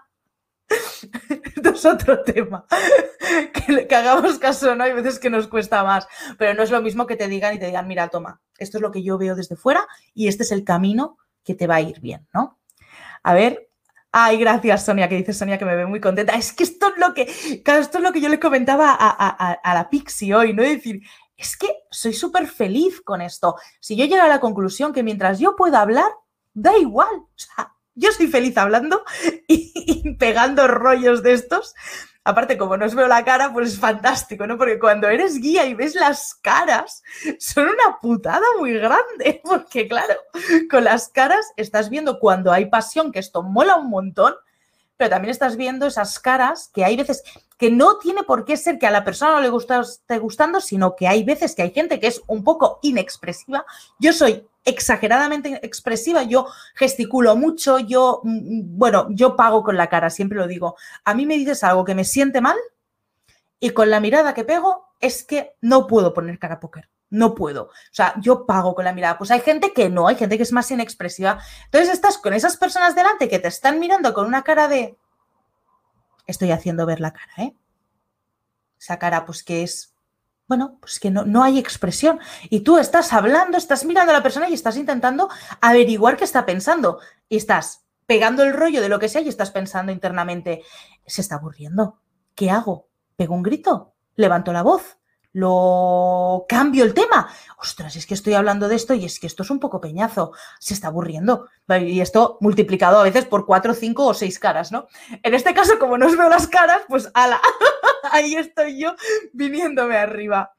Esto es otro tema. Que hagamos caso, ¿no? Hay veces que nos cuesta más, pero no es lo mismo que te digan mira, toma, esto es lo que yo veo desde fuera y este es el camino que te va a ir bien, ¿no? A ver. Ay, gracias, Sonia, que dice Sonia que me ve muy contenta. Es que esto es lo que yo le comentaba a la Pixie hoy, ¿no? Es decir, es que soy súper feliz con esto. Si yo llego a la conclusión que mientras yo pueda hablar, da igual. O sea, yo soy feliz hablando y pegando rollos de estos. Aparte, como no os veo la cara, pues es fantástico, ¿no? Porque cuando eres guía y ves las caras, son una putada muy grande. Porque, claro, con las caras estás viendo cuando hay pasión, que esto mola un montón, pero también estás viendo esas caras que hay veces que no tiene por qué ser que a la persona no le esté gustando, sino que hay veces que hay gente que es un poco inexpresiva. Yo soy exageradamente expresiva, yo gesticulo mucho, yo pago con la cara, siempre lo digo. A mí me dices algo que me siente mal y con la mirada que pego es que no puedo poner cara póker. No puedo. O sea, yo pago con la mirada. Pues hay gente que no, hay gente que es más inexpresiva. Entonces estás con esas personas delante que te están mirando con una cara de... Estoy haciendo ver la cara, ¿eh? Esa cara, pues que es... Bueno, pues que no hay expresión. Y tú estás hablando, estás mirando a la persona y estás intentando averiguar qué está pensando. Y estás pegando el rollo de lo que sea y estás pensando internamente, se está aburriendo. ¿Qué hago? ¿Pego un grito? ¿Levanto la voz? ¿Lo cambio el tema? Ostras, es que estoy hablando de esto y es que esto es un poco peñazo. Se está aburriendo. Y esto multiplicado a veces por 4, 5 o 6 caras, ¿no? En este caso, como no os veo las caras, pues ala, ahí estoy yo viniéndome arriba.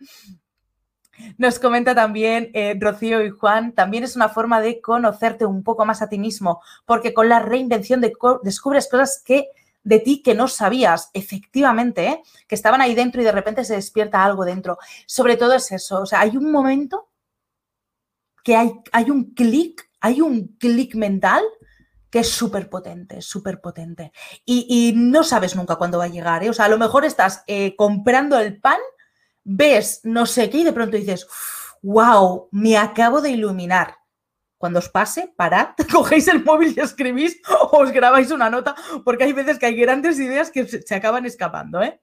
Nos comenta también Rocío y Juan, también es una forma de conocerte un poco más a ti mismo, porque con la reinvención descubres cosas de ti que no sabías, efectivamente, que estaban ahí dentro y de repente se despierta algo dentro. Sobre todo es eso, o sea, hay un momento que hay un clic mental que es súper potente, súper potente. Y no sabes nunca cuándo va a llegar, ¿eh? O sea, a lo mejor estás comprando el pan, ves no sé qué y de pronto dices, wow, me acabo de iluminar. Cuando os pase, parad, cogéis el móvil y escribís o os grabáis una nota, porque hay veces que hay grandes ideas que se acaban escapando, ¿eh?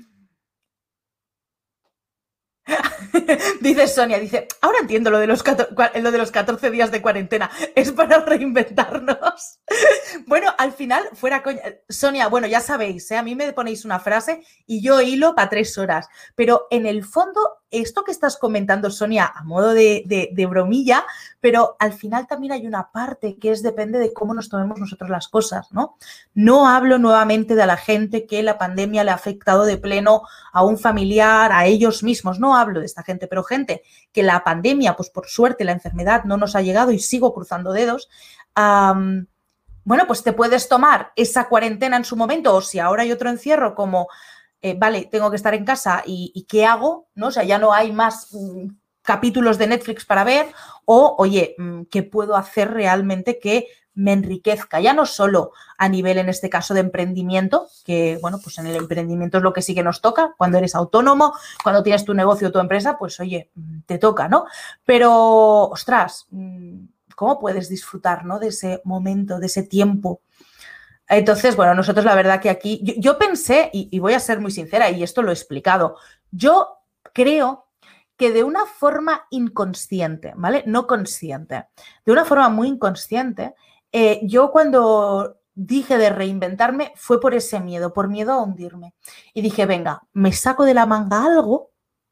Dice Sonia, dice, ahora entiendo lo de los 14 días de cuarentena, es para reinventarnos. Bueno, al final, fuera coña, Sonia, bueno, ya sabéis, a mí me ponéis una frase y yo hilo para 3 horas, pero en el fondo, esto que estás comentando, Sonia, a modo de bromilla, pero al final también hay una parte que depende de cómo nos tomemos nosotros las cosas, ¿no? No hablo nuevamente de la gente que la pandemia le ha afectado de pleno a un familiar, a ellos mismos, no hablo de esta gente, pero gente que la pandemia, pues por suerte la enfermedad no nos ha llegado y sigo cruzando dedos, bueno, pues te puedes tomar esa cuarentena en su momento o si ahora hay otro encierro como, vale, tengo que estar en casa y ¿qué hago? ¿No? O sea, ya no hay más capítulos de Netflix para ver o, oye, ¿qué puedo hacer realmente que me enriquezca? Ya no solo a nivel, en este caso, de emprendimiento, que, bueno, pues en el emprendimiento es lo que sí que nos toca, cuando eres autónomo, cuando tienes tu negocio o tu empresa, pues, oye, te toca, ¿no? Pero, ostras, ¿cómo puedes disfrutar, ¿no? De ese momento, de ese tiempo? Entonces, bueno, nosotros la verdad que aquí, yo pensé, y voy a ser muy sincera, y esto lo he explicado, yo creo que de una forma inconsciente, ¿vale? No consciente, de una forma muy inconsciente, yo cuando dije de reinventarme fue por ese miedo, por miedo a hundirme. Y dije, venga, me saco de la manga algo,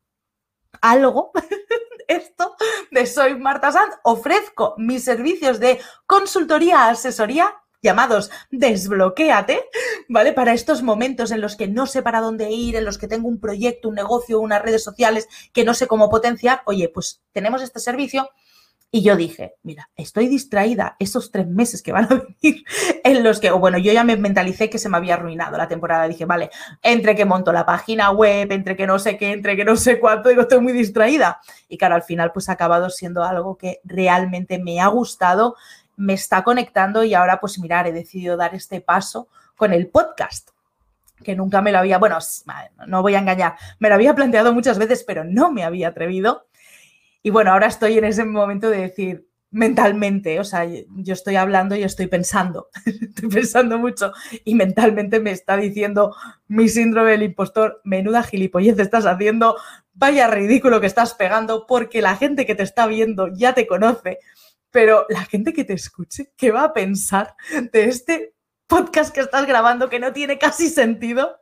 esto de Soy Marta Sanz, ofrezco mis servicios de consultoría, asesoría, llamados Desbloquéate, ¿vale? Para estos momentos en los que no sé para dónde ir, en los que tengo un proyecto, un negocio, unas redes sociales que no sé cómo potenciar, oye, pues tenemos este servicio. Y yo dije, mira, estoy distraída esos 3 meses que van a venir en los que, bueno, yo ya me mentalicé que se me había arruinado la temporada. Dije, vale, entre que monto la página web, entre que no sé qué, entre que no sé cuánto, digo, estoy muy distraída. Y claro, al final pues ha acabado siendo algo que realmente me ha gustado, me está conectando y ahora pues mirar, he decidido dar este paso con el podcast, que nunca me lo había, bueno, no voy a engañar, me lo había planteado muchas veces, pero no me había atrevido. Y bueno, ahora estoy en ese momento de decir mentalmente, o sea, yo estoy hablando y estoy pensando mucho y mentalmente me está diciendo mi síndrome del impostor, menuda gilipollez estás haciendo, vaya ridículo que estás pegando porque la gente que te está viendo ya te conoce, pero la gente que te escuche, ¿qué va a pensar de este podcast que estás grabando que no tiene casi sentido?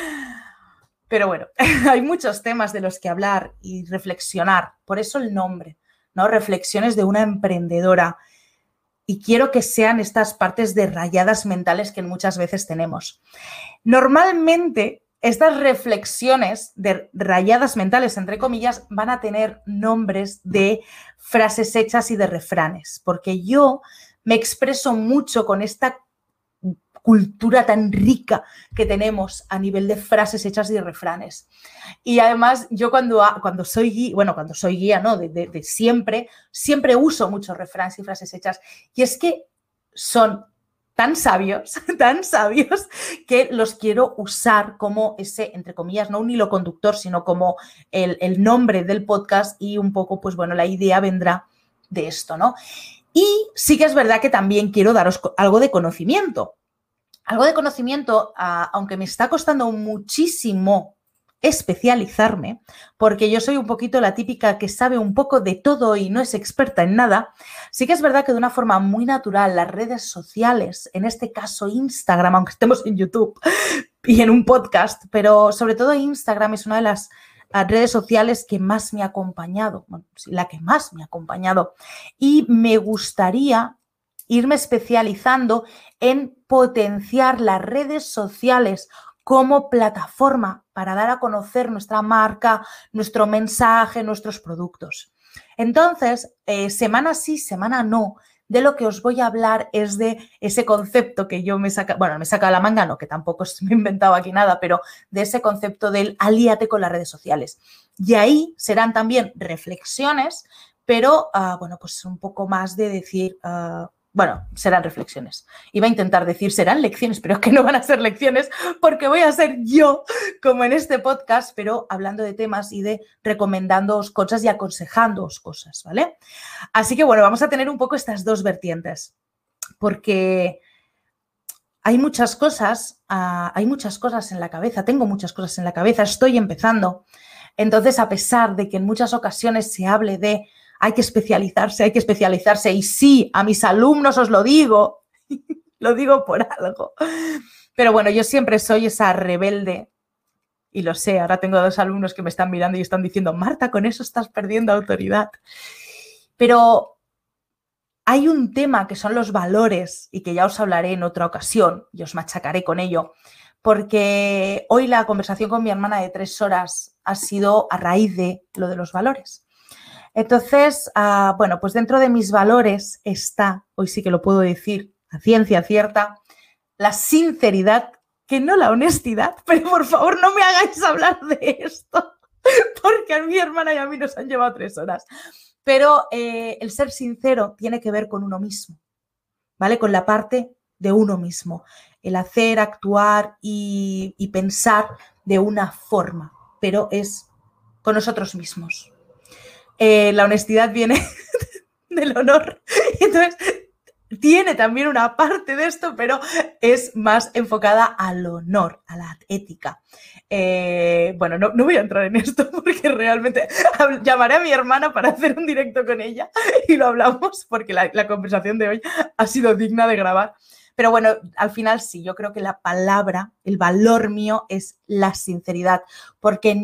Pero bueno, hay muchos temas de los que hablar y reflexionar, por eso el nombre, ¿no? Reflexiones de una emprendedora. Y quiero que sean estas partes de rayadas mentales que muchas veces tenemos. Normalmente, estas reflexiones de rayadas mentales, entre comillas, van a tener nombres de frases hechas y de refranes, porque yo me expreso mucho con esta cultura tan rica que tenemos a nivel de frases hechas y de refranes. Y además yo cuando soy guía, bueno, cuando soy guía, ¿no? De siempre uso muchos refranes y frases hechas. Y es que son tan sabios, que los quiero usar como ese, entre comillas, no un hilo conductor, sino como el nombre del podcast y un poco, pues bueno, la idea vendrá de esto, ¿no? Y sí que es verdad que también quiero daros algo de conocimiento. Algo de conocimiento, aunque me está costando muchísimo especializarme, porque yo soy un poquito la típica que sabe un poco de todo y no es experta en nada, sí que es verdad que de una forma muy natural las redes sociales, en este caso Instagram, aunque estemos en YouTube y en un podcast, pero sobre todo Instagram es una de las redes sociales que más me ha acompañado, bueno, la que más me ha acompañado, y me gustaría irme especializando en potenciar las redes sociales como plataforma para dar a conocer nuestra marca, nuestro mensaje, nuestros productos. Entonces, semana sí, semana no, de lo que os voy a hablar es de ese concepto que yo me saca de la manga, no, que tampoco me he inventado aquí nada, pero de ese concepto del alíate con las redes sociales. Y ahí serán también reflexiones, pero, bueno, pues un poco más de decir, Bueno, serán reflexiones. Iba a intentar decir serán lecciones, pero es que no van a ser lecciones porque voy a ser yo, como en este podcast, pero hablando de temas y de recomendándoos cosas y aconsejándoos cosas, ¿vale? Así que bueno, vamos a tener un poco estas dos vertientes, porque hay muchas cosas en la cabeza, tengo muchas cosas en la cabeza, estoy empezando. Entonces, a pesar de que en muchas ocasiones se hable de hay que especializarse, y sí, a mis alumnos os lo digo por algo. Pero bueno, yo siempre soy esa rebelde, y lo sé, ahora tengo 2 alumnos que me están mirando y están diciendo, Marta, con eso estás perdiendo autoridad. Pero hay un tema que son los valores y que ya os hablaré en otra ocasión y os machacaré con ello, porque hoy la conversación con mi hermana de 3 horas ha sido a raíz de lo de los valores. Entonces, bueno, pues dentro de mis valores está, hoy sí que lo puedo decir a ciencia cierta, la sinceridad, que no la honestidad, pero por favor no me hagáis hablar de esto, porque a mi hermana y a mí nos han llevado 3 horas. Pero el ser sincero tiene que ver con uno mismo, ¿vale? Con la parte de uno mismo, el hacer, actuar y pensar de una forma, pero es con nosotros mismos. La honestidad viene del honor. Entonces, tiene también una parte de esto, pero es más enfocada al honor, a la ética. Bueno, no voy a entrar en esto porque realmente llamaré a mi hermana para hacer un directo con ella y lo hablamos porque la conversación de hoy ha sido digna de grabar. Pero bueno, al final sí, yo creo que la palabra, el valor mío es la sinceridad, porque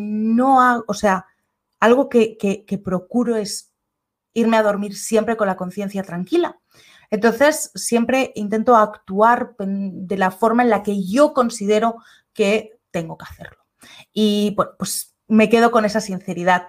algo que procuro es irme a dormir siempre con la conciencia tranquila. Entonces, siempre intento actuar de la forma en la que yo considero que tengo que hacerlo. Y bueno, pues me quedo con esa sinceridad.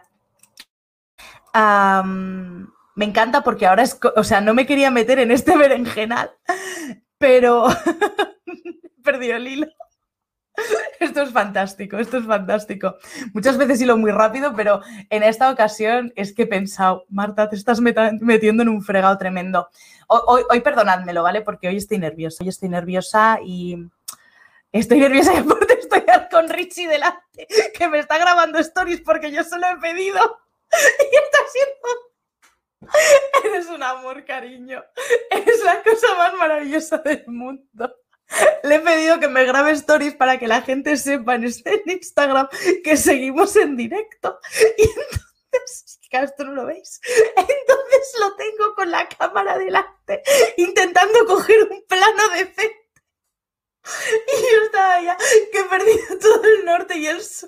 Me encanta porque ahora no me quería meter en este berenjenal, pero he perdido el hilo. Esto es fantástico, esto es fantástico. Muchas veces hilo muy rápido, pero en esta ocasión es que he pensado, Marta, te estás metiendo en un fregado tremendo. Hoy perdonádmelo, ¿vale? Porque hoy estoy nerviosa. Y estoy nerviosa porque estoy con Richie delante, que me está grabando stories porque yo se lo he pedido y está siendo... Eres un amor, cariño. Eres la cosa más maravillosa del mundo. Le he pedido que me grabe stories para que la gente sepa en Instagram que seguimos en directo. Y entonces, claro, esto no lo veis. Entonces lo tengo con la cámara delante, intentando coger un plano decente. Y yo estaba ya que he perdido todo el norte y el sur.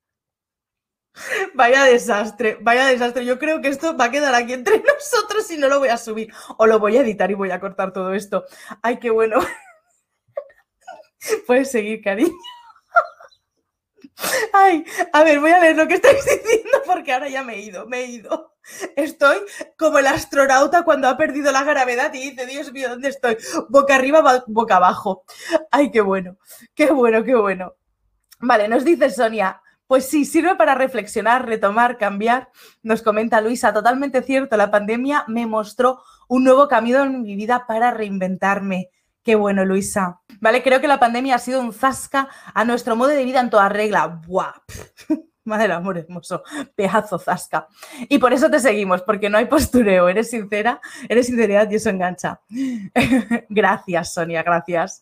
Vaya desastre, vaya desastre. Yo creo que esto va a quedar aquí entre nosotros y no lo voy a subir. O lo voy a editar y voy a cortar todo esto. Ay, qué bueno. Puedes seguir, cariño. Ay, a ver, voy a leer lo que estáis diciendo porque ahora ya me he ido. Estoy como el astronauta cuando ha perdido la gravedad y dice, Dios mío, ¿dónde estoy? Boca arriba, boca abajo. Ay, qué bueno, qué bueno, qué bueno. Vale, nos dice Sonia, pues sí, sirve para reflexionar, retomar, cambiar. Nos comenta Luisa, totalmente cierto, la pandemia me mostró un nuevo camino en mi vida para reinventarme. Qué bueno, Luisa. Vale, creo que la pandemia ha sido un zasca a nuestro modo de vida en toda regla. ¡Buah! Madre del amor hermoso, pedazo zasca. Y por eso te seguimos, porque no hay postureo. Eres sincera, eres sinceridad y eso engancha. Gracias, Sonia, gracias.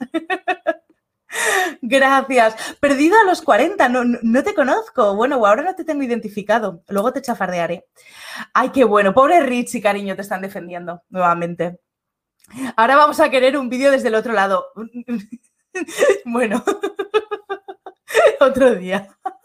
Gracias. Perdido a los 40, no te conozco. Bueno, ahora no te tengo identificado. Luego te chafardearé. Ay, qué bueno. Pobre Richie, cariño, te están defendiendo nuevamente. Ahora vamos a querer un vídeo desde el otro lado. Bueno, otro día.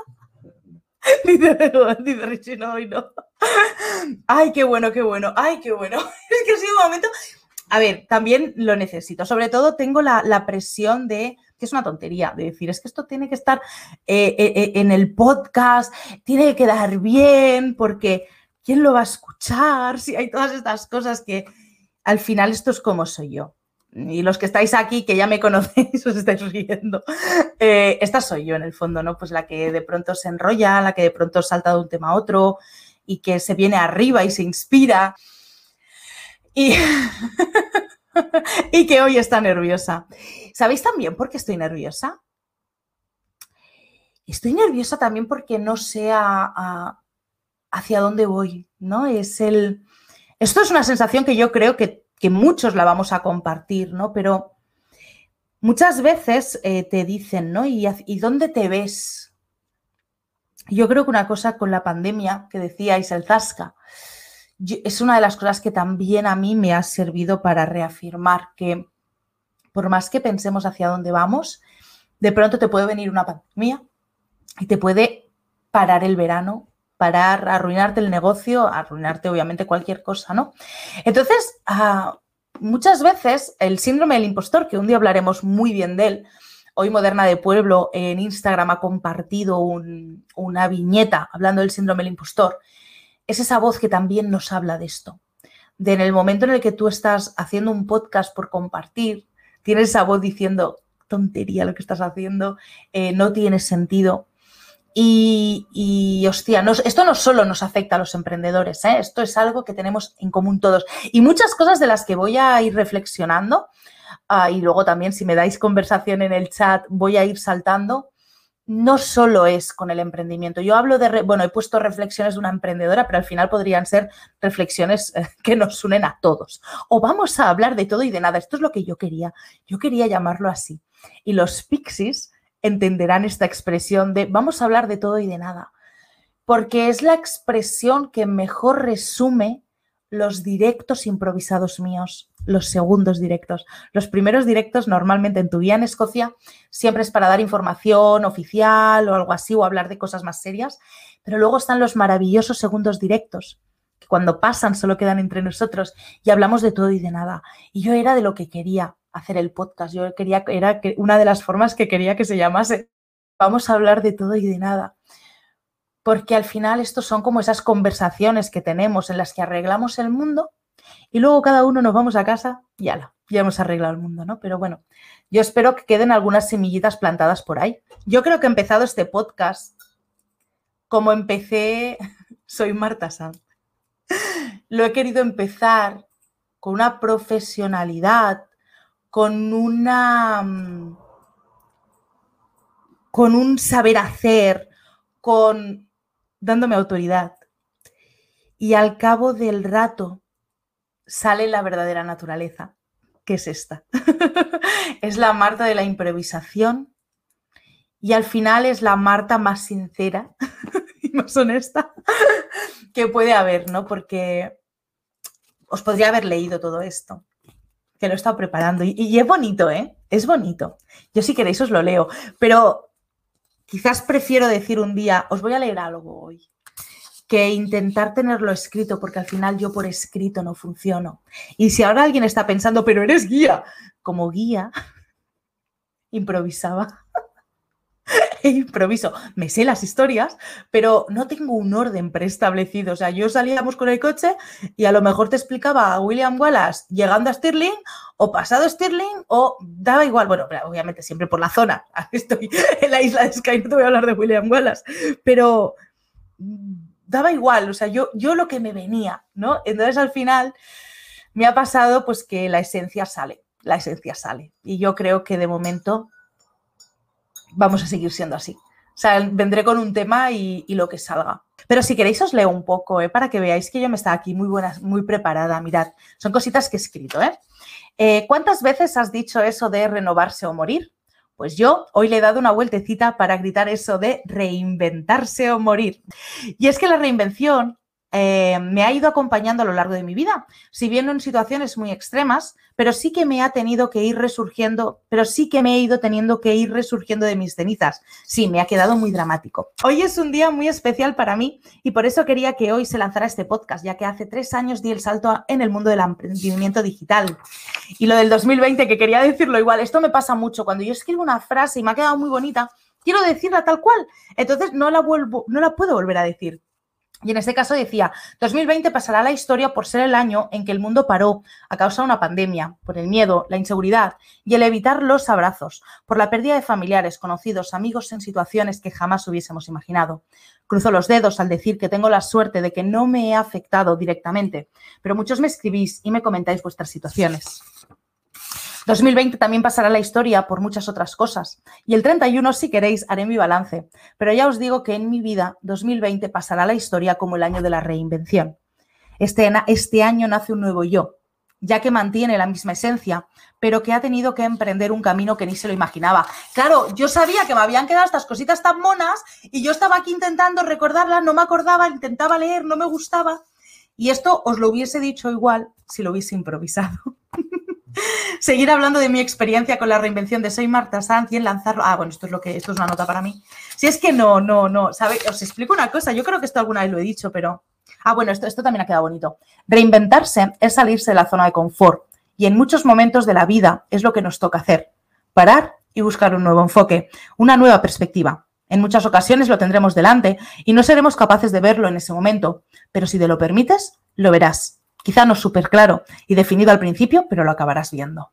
Dice Richie, no, hoy no. Ay, qué bueno, qué bueno. Ay, qué bueno. Es que ha sido un momento... A ver, también lo necesito. Sobre todo tengo la presión de... que es una tontería, de decir, es que esto tiene que estar en el podcast, tiene que quedar bien, porque ¿quién lo va a escuchar? Si hay todas estas cosas que... Al final esto es como soy yo. Y los que estáis aquí, que ya me conocéis, os estáis riendo. Esta soy yo, en el fondo, ¿no? Pues la que de pronto se enrolla, la que de pronto salta de un tema a otro y que se viene arriba y se inspira. Y y que hoy está nerviosa. ¿Sabéis también por qué estoy nerviosa? Estoy nerviosa también porque no sé hacia dónde voy, ¿no? Esto es una sensación que yo creo que muchos la vamos a compartir, ¿no? Pero muchas veces te dicen, ¿no? ¿Y dónde te ves? Yo creo que una cosa con la pandemia que decíais, el zasca, es una de las cosas que también a mí me ha servido para reafirmar que por más que pensemos hacia dónde vamos, de pronto te puede venir una pandemia y te puede parar el verano, arruinarte el negocio, arruinarte obviamente cualquier cosa, ¿no? Entonces, muchas veces el síndrome del impostor, que un día hablaremos muy bien de él, hoy Moderna de Pueblo en Instagram ha compartido una viñeta hablando del síndrome del impostor, es esa voz que también nos habla de esto. De en el momento en el que tú estás haciendo un podcast por compartir, tienes esa voz diciendo, tontería lo que estás haciendo, no tiene sentido. Y hostia, esto no solo nos afecta a los emprendedores, esto es algo que tenemos en común todos. Y muchas cosas de las que voy a ir reflexionando, y luego también si me dais conversación en el chat voy a ir saltando, no solo es con el emprendimiento. Yo hablo he puesto reflexiones de una emprendedora, pero al final podrían ser reflexiones que nos unen a todos. O vamos a hablar de todo y de nada. Esto es lo que yo quería llamarlo así. Y los pixies entenderán esta expresión de vamos a hablar de todo y de nada, porque es la expresión que mejor resume los directos improvisados míos, los segundos directos. Los primeros directos normalmente en Tu Vida en Escocia siempre es para dar información oficial o algo así o hablar de cosas más serias, pero luego están los maravillosos segundos directos que cuando pasan solo quedan entre nosotros y hablamos de todo y de nada. Y yo era de lo que quería hacer el podcast. Yo era una de las formas que quería que se llamase vamos a hablar de todo y de nada. Porque al final estos son como esas conversaciones que tenemos en las que arreglamos el mundo y luego cada uno nos vamos a casa y ya hemos arreglado el mundo, ¿no? Pero bueno, yo espero que queden algunas semillitas plantadas por ahí. Yo creo que he empezado este podcast como empecé, soy Marta Sanz. Lo he querido empezar con una profesionalidad, con un saber hacer, dándome autoridad. Y al cabo del rato sale la verdadera naturaleza, que es esta. Es la Marta de la improvisación y al final es la Marta más sincera y más honesta que puede haber, ¿no? Porque os podría haber leído todo esto, que lo he estado preparando y es bonito, ¿eh? Es bonito. Yo si queréis os lo leo, pero quizás prefiero decir un día, os voy a leer algo hoy, que intentar tenerlo escrito, porque al final yo por escrito no funciono. Y si ahora alguien está pensando, pero eres guía, como guía, improvisaba. Improviso, me sé las historias, pero no tengo un orden preestablecido. O sea, yo salíamos con el coche y a lo mejor te explicaba a William Wallace llegando a Stirling o pasado Stirling o daba igual. Bueno, obviamente siempre por la zona. Estoy en la isla de Skye, no te voy a hablar de William Wallace, pero daba igual. O sea, yo lo que me venía, ¿no? Entonces al final me ha pasado pues que la esencia sale. Y yo creo que de momento vamos a seguir siendo así. O sea, vendré con un tema y lo que salga. Pero si queréis os leo un poco, para que veáis que yo me estaba aquí muy preparada. Mirad, son cositas que he escrito, ¿Cuántas veces has dicho eso de renovarse o morir? Pues yo hoy le he dado una vueltecita para gritar eso de reinventarse o morir. Y es que la reinvención me ha ido acompañando a lo largo de mi vida, si bien no en situaciones muy extremas, pero sí que me ha tenido que ir resurgiendo, me he ido teniendo que ir resurgiendo de mis cenizas. Sí, me ha quedado muy dramático. Hoy es un día muy especial para mí y por eso quería que hoy se lanzara este podcast, ya que hace 3 años di el salto en el mundo del emprendimiento digital. Y lo del 2020, que quería decirlo igual, esto me pasa mucho, cuando yo escribo una frase y me ha quedado muy bonita, quiero decirla tal cual, entonces no la puedo volver a decir. Y en este caso decía, 2020 pasará a la historia por ser el año en que el mundo paró a causa de una pandemia, por el miedo, la inseguridad y el evitar los abrazos, por la pérdida de familiares, conocidos, amigos en situaciones que jamás hubiésemos imaginado. Cruzo los dedos al decir que tengo la suerte de que no me he afectado directamente, pero muchos me escribís y me comentáis vuestras situaciones. 2020 también pasará la historia por muchas otras cosas. Y el 31, si queréis, haré mi balance. Pero ya os digo que en mi vida 2020 pasará la historia como el año de la reinvención. Este año nace un nuevo yo, ya que mantiene la misma esencia, pero que ha tenido que emprender un camino que ni se lo imaginaba. Claro, yo sabía que me habían quedado estas cositas tan monas y yo estaba aquí intentando recordarlas, no me acordaba, intentaba leer, no me gustaba. Y esto os lo hubiese dicho igual si lo hubiese improvisado. Seguir hablando de mi experiencia con la reinvención de Soy Marta Sanz y en lanzarlo. Bueno, esto es una nota para mí. Si es que no, ¿sabes? Os explico una cosa. Yo creo que esto alguna vez lo he dicho, pero... bueno, esto también ha quedado bonito. Reinventarse es salirse de la zona de confort y en muchos momentos de la vida es lo que nos toca hacer. Parar y buscar un nuevo enfoque, una nueva perspectiva. En muchas ocasiones lo tendremos delante y no seremos capaces de verlo en ese momento, pero si te lo permites, lo verás. Quizá no súper claro y definido al principio, pero lo acabarás viendo.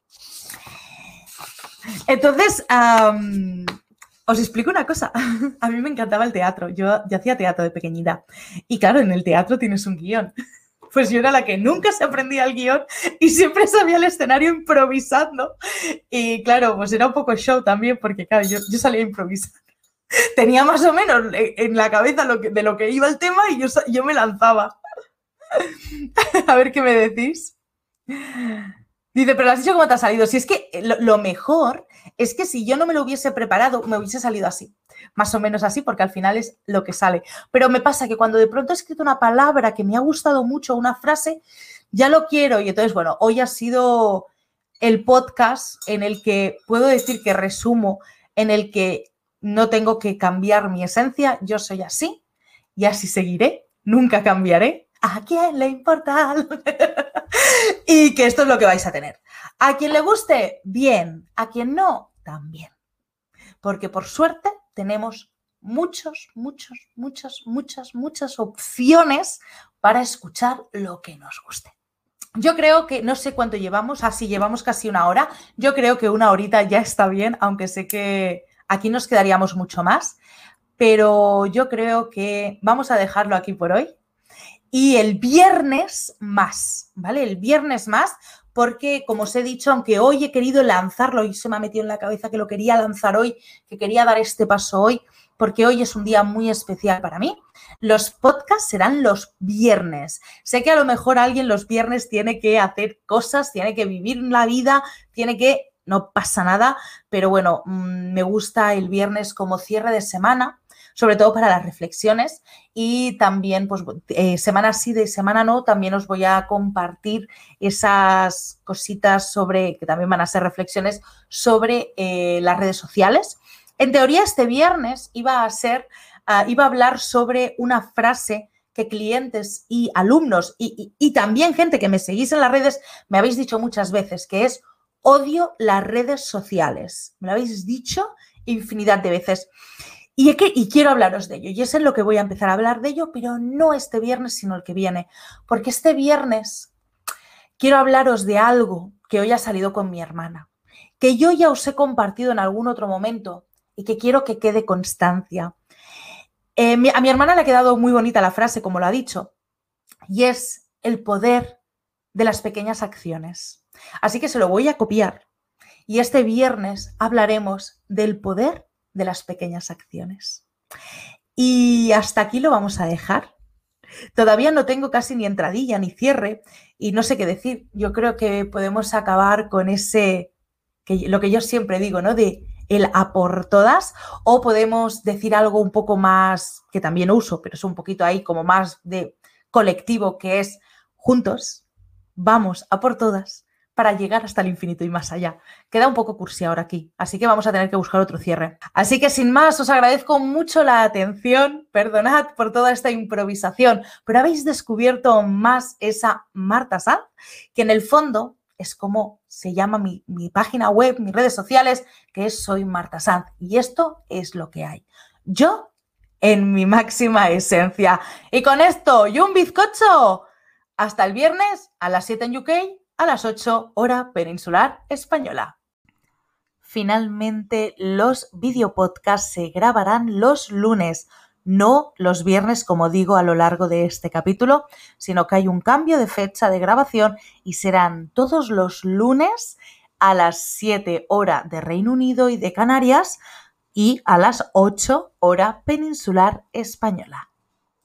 Entonces, os explico una cosa. A mí me encantaba el teatro. Yo hacía teatro de pequeñita. Y claro, en el teatro tienes un guión. Pues yo era la que nunca se aprendía el guión y siempre salía al escenario improvisando. Y claro, pues era un poco show también porque, claro, yo salía improvisando. Tenía más o menos en la cabeza de lo que iba el tema y yo me lanzaba. A ver qué me decís. Dice, pero lo has dicho cómo te ha salido. Si es que lo mejor es que si yo no me lo hubiese preparado, me hubiese salido así. Más o menos así, porque al final es lo que sale. Pero me pasa que cuando de pronto he escrito una palabra que me ha gustado mucho, una frase, ya lo quiero. Y entonces, bueno, hoy ha sido el podcast en el que puedo decir que resumo, en el que no tengo que cambiar mi esencia. Yo soy así y así seguiré. Nunca cambiaré. ¿A quién le importa? Y que esto es lo que vais a tener. A quien le guste, bien. A quien no, también. Porque por suerte tenemos muchas opciones para escuchar lo que nos guste. Yo creo que, no sé cuánto llevamos, llevamos casi una hora. Yo creo que una horita ya está bien, aunque sé que aquí nos quedaríamos mucho más. Pero yo creo que vamos a dejarlo aquí por hoy. Y el viernes más, ¿vale? El viernes más, porque como os he dicho, aunque hoy he querido lanzarlo, y se me ha metido en la cabeza que lo quería lanzar hoy, que quería dar este paso hoy, porque hoy es un día muy especial para mí, los podcasts serán los viernes. Sé que a lo mejor alguien los viernes tiene que hacer cosas, tiene que vivir la vida, no pasa nada, pero bueno, me gusta el viernes como cierre de semana, sobre todo para las reflexiones y también, pues, semana sí, de semana no, también os voy a compartir esas cositas que también van a ser reflexiones sobre las redes sociales. En teoría, este viernes iba a hablar sobre una frase que clientes y alumnos y también gente que me seguís en las redes me habéis dicho muchas veces, que es odio las redes sociales. Me lo habéis dicho infinidad de veces. Y quiero hablaros de ello, y es en lo que voy a empezar a hablar de ello, pero no este viernes, sino el que viene. Porque este viernes quiero hablaros de algo que hoy ha salido con mi hermana, que yo ya os he compartido en algún otro momento y que quiero que quede constancia. A mi hermana le ha quedado muy bonita la frase, como lo ha dicho, y es el poder de las pequeñas acciones. Así que se lo voy a copiar. Y este viernes hablaremos del poder de las pequeñas acciones. Y hasta aquí lo vamos a dejar. Todavía no tengo casi ni entradilla ni cierre y no sé qué decir. Yo creo que podemos acabar con lo que yo siempre digo, ¿no? De el a por todas, o podemos decir algo un poco más, que también uso, pero es un poquito ahí como más de colectivo, que es juntos, vamos a por todas, para llegar hasta el infinito y más allá. Queda un poco cursi ahora aquí, así que vamos a tener que buscar otro cierre. Así que sin más, os agradezco mucho la atención, perdonad por toda esta improvisación, pero habéis descubierto más esa Marta Sanz, que en el fondo es como se llama mi página web, mis redes sociales, que es Soy Marta Sanz. Y esto es lo que hay. Yo en mi máxima esencia. Y con esto, y un bizcocho. Hasta el viernes a las 7 en UK, a las 8 hora peninsular española. Finalmente, los videopodcasts se grabarán los lunes, no los viernes, como digo a lo largo de este capítulo, sino que hay un cambio de fecha de grabación y serán todos los lunes a las 7 hora de Reino Unido y de Canarias y a las 8 hora peninsular española.